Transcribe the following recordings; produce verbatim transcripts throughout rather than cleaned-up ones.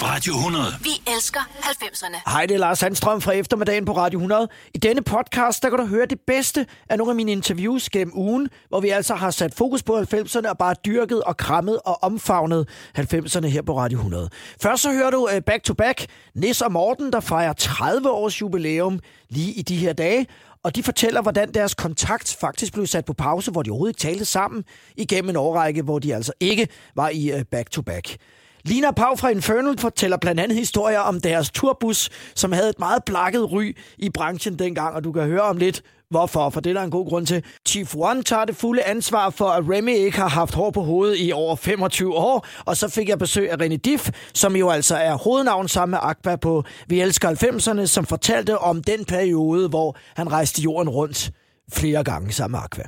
Radio hundrede. Vi elsker halvfemserne. Hej, det er Lars Sandstrøm fra Eftermiddagen på Radio hundrede. I denne podcast, der kan du høre det bedste af nogle af mine interviews gennem ugen, hvor vi altså har sat fokus på halvfemserne og bare dyrket og krammet og omfavnet halvfemserne her på Radio hundrede. Først så hører du uh, Back to Back, Nis og Morten, der fejrer tredive års jubilæum lige i de her dage. Og de fortæller, hvordan deres kontakt faktisk blev sat på pause, hvor de overhovedet ikke talte sammen igennem en årrække, hvor de altså ikke var i uh, back-to-back. Lina Pau fra Infernal fortæller blandt andet historier om deres turbus, som havde et meget blakket ry i branchen dengang, og du kan høre om lidt, hvorfor, for det er der en god grund til. Chief One tager det fulde ansvar for, at Remy ikke har haft hår på hovedet i over femogtyve år, og så fik jeg besøg af René Diff, som jo altså er hovednavn sammen med Akba på Vi elsker halvfemserne, som fortalte om den periode, hvor han rejste jorden rundt flere gange sammen med Akba.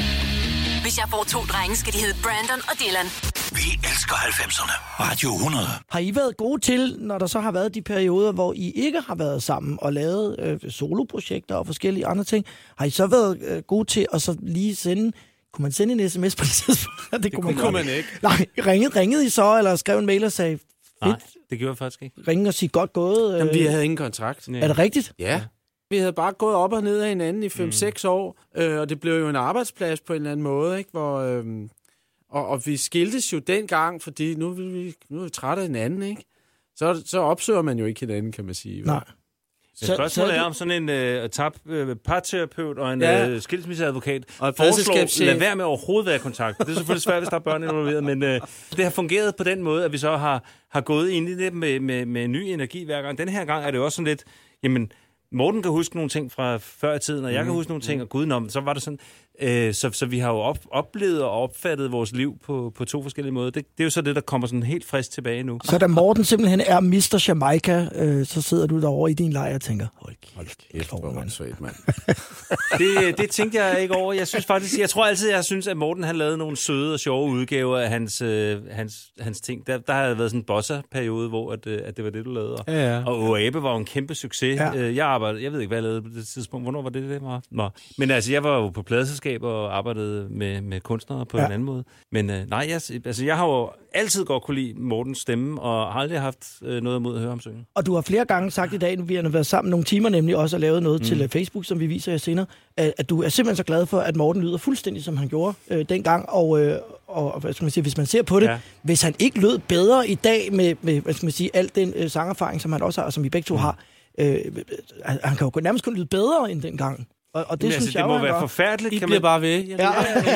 Hvis jeg får to drenge, skal de hedde Brandon og Dylan. Vi elsker halvfemserne. Radio hundrede. Har I været gode til, når der så har været de perioder, hvor I ikke har været sammen og lavet øh, soloprojekter og forskellige andre ting, har I så været øh, gode til at så lige sende, kunne man sende en sms på det tidspunkt? det, det kunne man, kunne man ikke. Nej, ringede, ringede I så, eller skrev en mail og sagde, fedt? Nej, det gjorde jeg faktisk ikke. Ringe og sige, godt gået? Øh... Jamen, vi havde ingen kontrakt. Er det rigtigt? Ja. Vi havde bare gået op og ned af hinanden i fem seks mm. år, øh, og det blev jo en arbejdsplads på en eller anden måde, ikke? Hvor, øh, og, og vi skiltes jo dengang, fordi nu, vi, nu er vi trætte af hinanden, ikke? Så, så opsøger man jo ikke hinanden, kan man sige. Nej. Så, spørgsmålet er om sådan en uh, tab, uh, parterapeut og en ja. uh, skilsmisseadvokat og et foreslår, lad være med overhovedet være i kontakt. Det er selvfølgelig svært, hvis der er børn involveret, men uh, det har fungeret på den måde, at vi så har, har gået ind i det med, med, med ny energi hver gang. Den her gang er det også sådan lidt, jamen, Morten kan huske nogle ting fra før i tiden, og jeg kan huske nogle ting, og gudenom, så var det sådan, øh, så, så vi har jo op, oplevet og opfattet vores liv på, på to forskellige måder. Det, det er jo så det, der kommer sådan helt frisk tilbage nu. Så da Morten simpelthen er mister Jamaica, øh, så sidder du derovre i din lejr og tænker, hold kæft, hvor man svedt, mand. det, det tænkte jeg ikke over. Jeg synes faktisk, jeg tror altid, jeg synes, at Morten han lavede nogle søde og sjove udgaver af hans, øh, hans, hans ting. Der, der har været sådan en bossa-periode, hvor at, at det var det, du lavede. Ja, ja. Og Oabe var jo en kæmpe succes. Ja. Jeg arbejdede, jeg ved ikke, hvad jeg lavede på det tidspunkt. Hvornår var det, det var? Nå. Men altså, jeg var jo på pladeselskab og arbejdede med, med kunstnere på ja. en anden måde. Men øh, nej, jeg, altså, jeg har jo altid godt kunne lide Mortens stemme, og har aldrig haft øh, noget imod at høre ham synge. Og du har flere gange sagt i dag, nu vi har været sammen nogle timer, nemlig også og lavet noget mm. til uh, Facebook, som vi viser jer senere, at, at du er simpelthen så glad for, at Morten lyder fuldstændig, som han gjorde øh, dengang, og, øh, og hvad skal man sige, hvis man ser på det, ja. hvis han ikke lød bedre i dag med, med hvad skal man sige, al den øh, sangerfaring, som han også har, og som vi begge to mm. har, øh, han kan jo nærmest kun lyde bedre end dengang. Og, og det men synes altså, jeg det må jo, være gør. forfærdeligt. I kan bliver man... bare ved. Ja.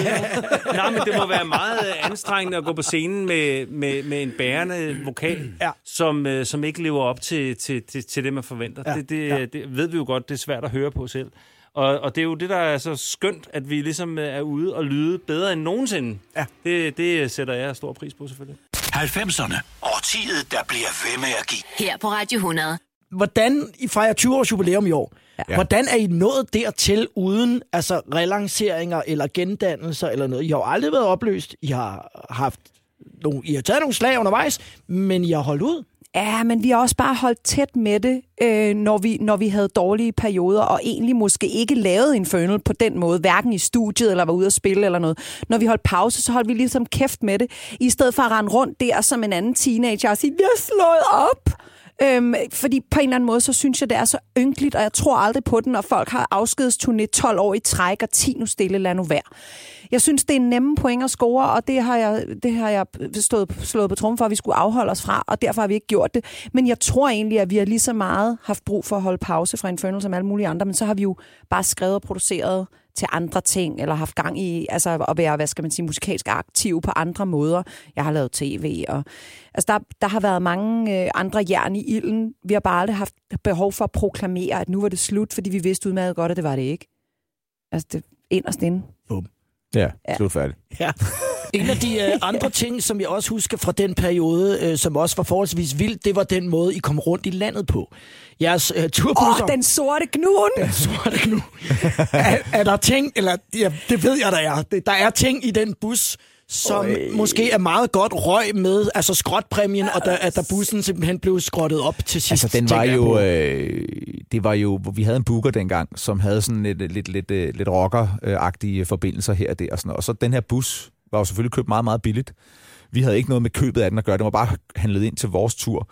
Nej, men det må være meget anstrengende at gå på scenen med, med, med en bærende vokal, ja. som, øh, som ikke lever op til, til, til, til det, man forventer. Ja. Det, det, ja. det ved vi jo godt, det er svært at høre på selv. Og, og det er jo det, der er så skønt, at vi ligesom er ude og lyde bedre end nogensinde. Ja. Det, det sætter jeg stor pris på, selvfølgelig. halvfemserne. Årtiet, der bliver ved med at give. Her på Radio hundrede. Hvordan I fejrer tyve års jubilæum i år? Ja. Hvordan er I nået dertil uden altså relanceringer eller gendannelser eller noget? I har jo aldrig været opløst. I har haft nogle, I har taget nogle slag undervejs, men I har holdt ud. Ja, men vi har også bare holdt tæt med det, øh, når, vi, når vi havde dårlige perioder, og egentlig måske ikke lavet Infernal på den måde, hverken i studiet eller var ude at spille eller noget. Når vi holdt pause, så holdt vi ligesom kæft med det, i stedet for at rende rundt der som en anden teenager og sige, vi har slået op. Øhm, fordi på en eller anden måde, så synes jeg, det er så ynkeligt, og jeg tror aldrig på den, og folk har afskedsturné tolv år i træk, og ti nu stille, lad nu være. Jeg synes, det er nemme point at score, og det har jeg, det har jeg stået, slået på trummen for, at vi skulle afholde os fra, og derfor har vi ikke gjort det. Men jeg tror egentlig, at vi har lige så meget haft brug for at holde pause fra Infernal som alle mulige andre, men så har vi jo bare skrevet og produceret til andre ting, eller haft gang i altså at være, hvad skal man sige, musikalsk aktiv på andre måder. Jeg har lavet tv, og altså der, der har været mange øh, andre jern i ilden. Vi har bare aldrig haft behov for at proklamere, at nu var det slut, fordi vi vidste udmærket godt, at det var det ikke. Altså det inderst inde. Bum. Ja, ja. slut færdigt. Ja. En af de øh, andre ting, som jeg også husker fra den periode, øh, som også var forholdsvis vild, det var den måde, I kom rundt i landet på. Jeres øh, turbusser... Åh, oh, den sorte knuden! Den sorte knude. er, er der ting, eller ja, det ved jeg, der er. Der er ting i den bus, som Øj. måske er meget godt røg med, altså skrotpræmien, og der, at der bussen simpelthen blev skrottet op til sidst. Altså, den var jo, øh, det var jo, vi havde en booker dengang, som havde sådan lidt, lidt, lidt, lidt rocker-agtige forbindelser her og der, og sådan noget. Og så den her bus var jo selvfølgelig købt meget, meget billigt. Vi havde ikke noget med købet af den at gøre, det var bare handlet ind til vores tur.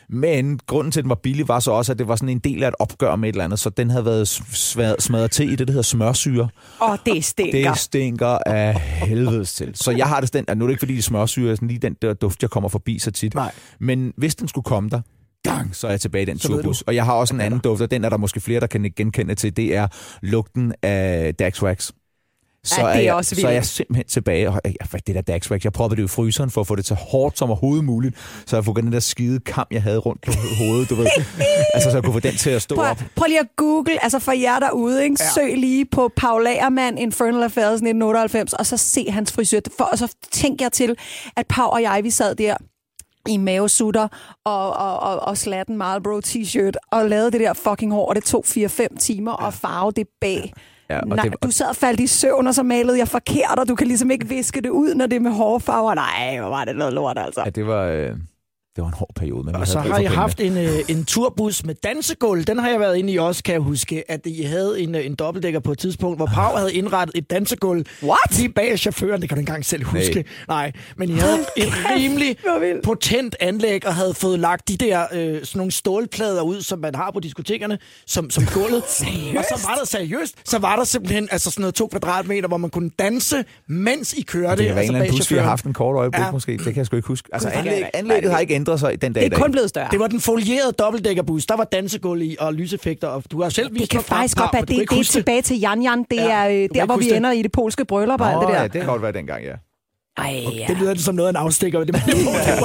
Men grunden til, at den var billig, var så også, at det var sådan en del af et opgør med et eller andet, så den havde været smadret til i det, der hedder smørsyre. Åh, oh, det stinker. Det stinker af helvedes til. Så jeg har det sådan, nu er det ikke fordi, det er smørsyre, sådan lige den der duft, jeg kommer forbi så tit. Nej. Men hvis den skulle komme der, gang, så er jeg tilbage i den turbus. Og jeg har også en anden duft, og den er der måske flere, der kan genkende til, det er lugten af Daxwax. Så, ja, det er, er jeg, også så er jeg simpelthen tilbage, og jeg, hvad det der Daxwax, jeg prøvede det i fryseren for at få det så hårdt som overhovedet muligt, så jeg kunne den der skide kam, jeg havde rundt på hovedet, du ved. Altså, så jeg kunne få den til at stå prøv, op. Prøv lige at google, altså for jer derude, ikke? Ja. Søg lige på Paul Lagerman, Infernal Affairs nitten otteoghalvfems, og så se hans frisør. For, og så tænker jeg til, at Pau og jeg, vi sad der i mavesutter og, og, og, og slatten Marlboro t-shirt og lavede det der fucking hår, og det tog fire fem timer ja. at farve det bag. Ja, Nej, det var... du sad og faldt i søvn, og så malede jeg forkert, og du kan ligesom ikke viske det ud, når det er med hårfarver. Nej, hvor var det noget lort, altså. Ja, det var... Øh... Det var en hård periode. Men og så har jeg haft en, øh, en turbus med dansegulv. Den har jeg været inde i også, kan jeg huske, at I havde en, en dobbeltdækker på et tidspunkt, hvor Pau havde indrettet et dansegulv What? lige bag chaufføren. Det kan du ikke engang selv huske. Nej, Nej men I havde en rimelig potent anlæg og havde fået lagt de der øh, sådan nogle stålplader ud, som man har på diskotekerne, som, som gulvet. Og så var der seriøst, så var der simpelthen altså sådan noget to kvadratmeter, hvor man kunne danse, mens I kørte. Det er altså en eller anden bus, vi har haft en kort øjeblik ja. måske. Det kan jeg sgu ikke huske. Altså anlæg, anlægget har ikke ændret sig den dag. Det er kun blevet større. Det var den folierede dobbeltdækkerbus. Der var dansegulv i og lyseffekter. Og du har selv vist det kan faktisk godt være, det, det er tilbage til Jan Jan. Det ja, er der, hvor vi det. ender i det polske bryllup og alt det der. Ja, det kan godt være dengang, ja. Ej, ja. Det lyder som noget af en afstikker. Det det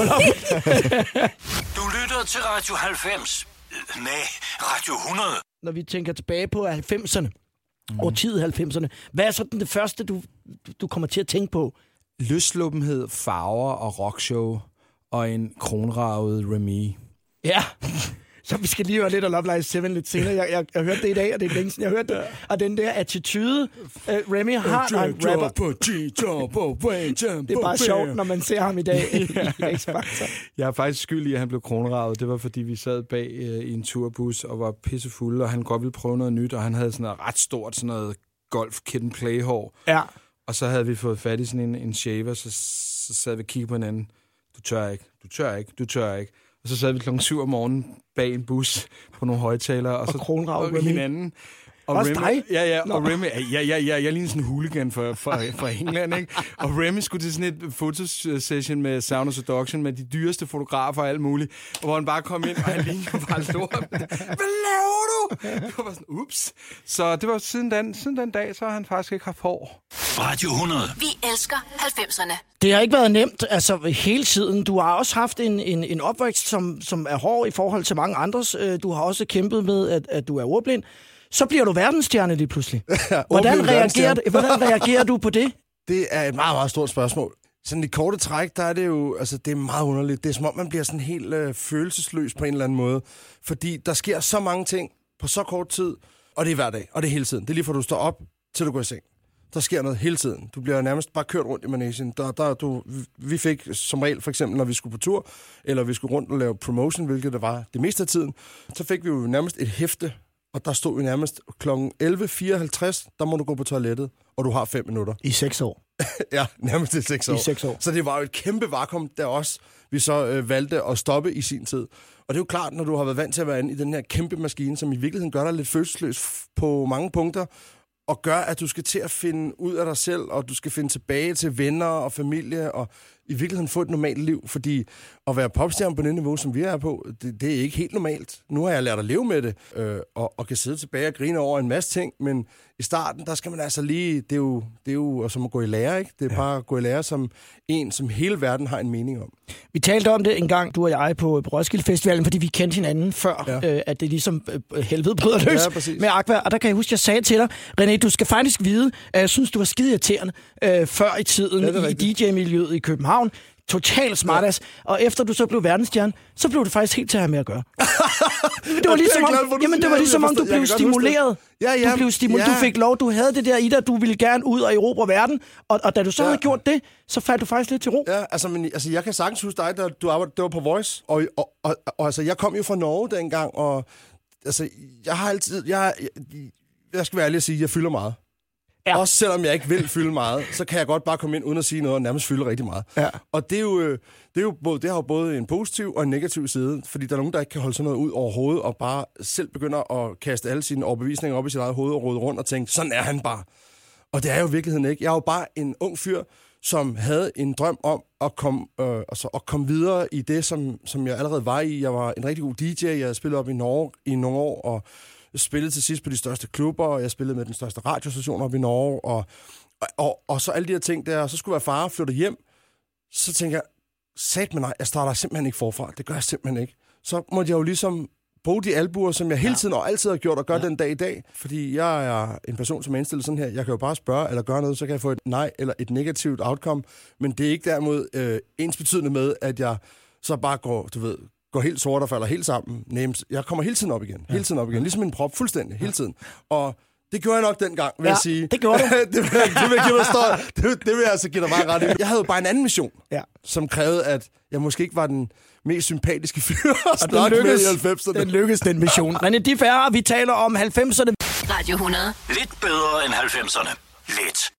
du lytter til Radio halvfems. Nej, Radio hundrede. Når vi tænker tilbage på halvfemserne, mm. årtiet halvfemserne, hvad er så det første, du, du kommer til at tænke på? Løsluppenhed, farver og rockshow. Og en kronravet Remy. Ja, så vi skal lige høre lidt af Love Live syv lidt senere. Jeg, jeg, jeg hørte det i dag, og det er længe siden, jeg hørte det. Og den der attitude, uh, Remy har, når han rapper. Det er bare sjovt, når man ser ham i dag i X-Factor. Jeg er faktisk skyld i, at han blev kronravet. Det var, fordi vi sad bag uh, i en turbus og var pissefulde, og han godt ville prøve noget nyt, og han havde sådan noget ret stort, sådan noget golf kid and play hår. Ja. Og så havde vi fået fat i sådan en, en shaver, så, så sad vi og kiggede på hinanden. Du tør ikke, du tør ikke, du tør ikke. Og så sad vi klokken syv om morgenen bag en bus på nogle højtalere. Og, og så kronrav hinanden. Og også Remy, dig? Ja, ja, og Remy, ja, ja, ja, jeg er lige sådan en hooligan fra, fra, fra England, ikke? Og Remy skulle til sådan et fotosession med Sound of Seduction med de dyreste fotografer og alt muligt, og hvor han bare kom ind, og han lignede bare lort. Hvad laver du? Det var bare sådan, ups. Så det var siden den, siden den dag, så har han faktisk ikke haft hår. Radio hundrede. Vi elsker halvfemserne. Det har ikke været nemt, altså hele tiden. Du har også haft en, en, en opvækst, som, som er hård i forhold til mange andres. Du har også kæmpet med, at, at du er ordblind. Så bliver du verdensstjerne lige pludselig. Ja, hvordan, reagerer, hvordan reagerer du på det? Det er et meget, meget stort spørgsmål. Sådan i korte træk, der er det jo, altså det er meget underligt. Det er som om, man bliver sådan helt øh, følelsesløs på en eller anden måde. Fordi der sker så mange ting på så kort tid, og det er hver dag, og det er hele tiden. Det er lige fra du står op, til du går i seng. Der sker noget hele tiden. Du bliver nærmest bare kørt rundt i managen. Der, der, du, vi fik som regel, for eksempel, når vi skulle på tur, eller vi skulle rundt og lave promotion, hvilket det var det meste af tiden, så fik vi jo nærmest et hæfte, og der stod vi nærmest klokken elleve fireoghalvtreds, der må du gå på toilettet, og du har fem minutter. I seks år. Ja, nærmest i seks år. I seks år. Så det var jo et kæmpe vakuum, der også vi så øh, valgte at stoppe i sin tid. Og det er jo klart, når du har været vant til at være inde i den her kæmpe maskine, som i virkeligheden gør dig lidt følelsesløs på mange punkter, og gør, at du skal til at finde ud af dig selv, og du skal finde tilbage til venner og familie, og i virkeligheden få et normalt liv, fordi at være popstjerne på det niveau, som vi er på, det, det er ikke helt normalt. Nu har jeg lært at leve med det, øh, og, og kan sidde tilbage og grine over en masse ting, men i starten, der skal man altså lige, det er jo, det er jo som at gå i lære, ikke? Det er ja. bare at gå i lære som en, som hele verden har en mening om. Vi talte om det en gang, du og jeg, på Roskilde Festivalen, fordi vi kendte hinanden før, ja. øh, at det ligesom øh, helvede bryder løs ja, med Aqua. Og der kan jeg huske, jeg sagde til dig, René, du skal faktisk vide, at jeg synes, du var skide irriterende øh, før i tiden ja, i D J-miljøet i København. Total smartass. Ja. Og efter du så blev verdensstjerne, så blev du faktisk helt til at have med at gøre. Det var ligesom om, jamen, det var ligesom om, du blev stimuleret. Ja, ja, du blev stimuleret. Ja. Du fik lov, du havde det der i dig, du ville gerne ud og erobre verden. Og, og da du så ja. havde gjort det, så faldt du faktisk lidt til ro. Ja, altså, men, altså jeg kan sagtens huske dig, da du arbejdede, det var på Voice. Og, og, og, og altså, jeg kom jo fra Norge dengang, og altså, jeg har altid, jeg, jeg, jeg skal være ærlig at sige, jeg fylder meget. Ja. Også selvom jeg ikke vil fylde meget, så kan jeg godt bare komme ind uden at sige noget og nærmest fylde rigtig meget. Ja. Og det er jo, det er jo både, det har jo både en positiv og en negativ side, fordi der er nogen, der ikke kan holde sådan noget ud overhovedet, og bare selv begynder at kaste alle sine overbevisninger op i sit eget hoved og rode rundt og tænke, sådan er han bare. Og det er jo i virkeligheden ikke. Jeg er jo bare en ung fyr, som havde en drøm om at komme, øh, altså at komme videre i det, som, som jeg allerede var i. Jeg var en rigtig god D J, jeg havde spillet op i Norge i nogle år, og jeg spillede til sidst på de største klubber, og jeg spillede med den største radiostation op i Norge, og, og, og, og så alle de her ting der, og så skulle jeg far flytte hjem, så tænker jeg, sat mig nej, jeg starter simpelthen ikke forfra, det gør jeg simpelthen ikke. Så måtte jeg jo ligesom bruge de albuer, som jeg hele tiden og altid har gjort, og gør ja. den dag i dag, fordi jeg er en person, som er indstillet sådan her, jeg kan jo bare spørge eller gøre noget, så kan jeg få et nej eller et negativt outcome, men det er ikke derimod øh, ensbetydende med, at jeg så bare går, du ved, går helt sort og falder helt sammen. Nej, jeg kommer hele tiden op igen. Hele tiden op igen. Ligesom en prop. Fuldstændig. Hele tiden. Og det gjorde jeg nok dengang, vil ja, jeg sige. det gjorde du. det, vil, det, vil give mig stor, det, det vil jeg altså give dig meget ret i. Jeg havde jo bare en anden mission, ja. som krævede, at jeg måske ikke var den mest sympatiske fyr at snakke med i halvfemserne. Den lykkedes, den mission. Men de færre, vi taler om halvfemserne. Radio hundrede. Lidt bedre end halvfemserne. Lidt.